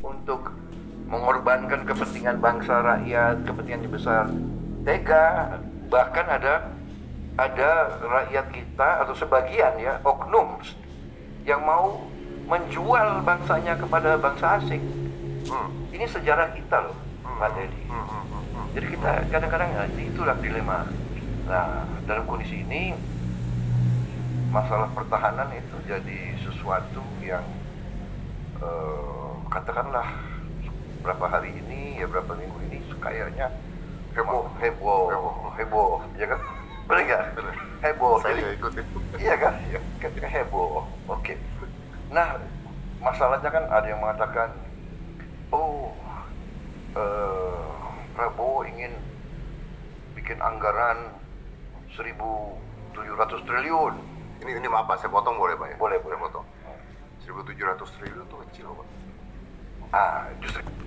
untuk mengorbankan kepentingan bangsa, rakyat, kepentingan yang besar. Tega, bahkan ada rakyat kita atau sebagian ya oknum yang mau menjual bangsanya kepada bangsa asing. Ini sejarah kita loh, Pak Dedi. Jadi kita kadang-kadang itulah dilema. Nah, dalam kondisi ini masalah pertahanan itu jadi sesuatu yang katakanlah berapa hari ini ya berapa minggu ini kayaknya heboh ya kan, benar nggak? Heboh, Saya juga ikutin. iya kan, ketika heboh. Oke. Nah, masalahnya kan ada yang mengatakan Prabowo ingin bikin anggaran 1.700 triliun. Ini maaf Pak, saya potong boleh Pak ya? Boleh. Saya potong. 1.700 triliun itu kecil Pak. Justru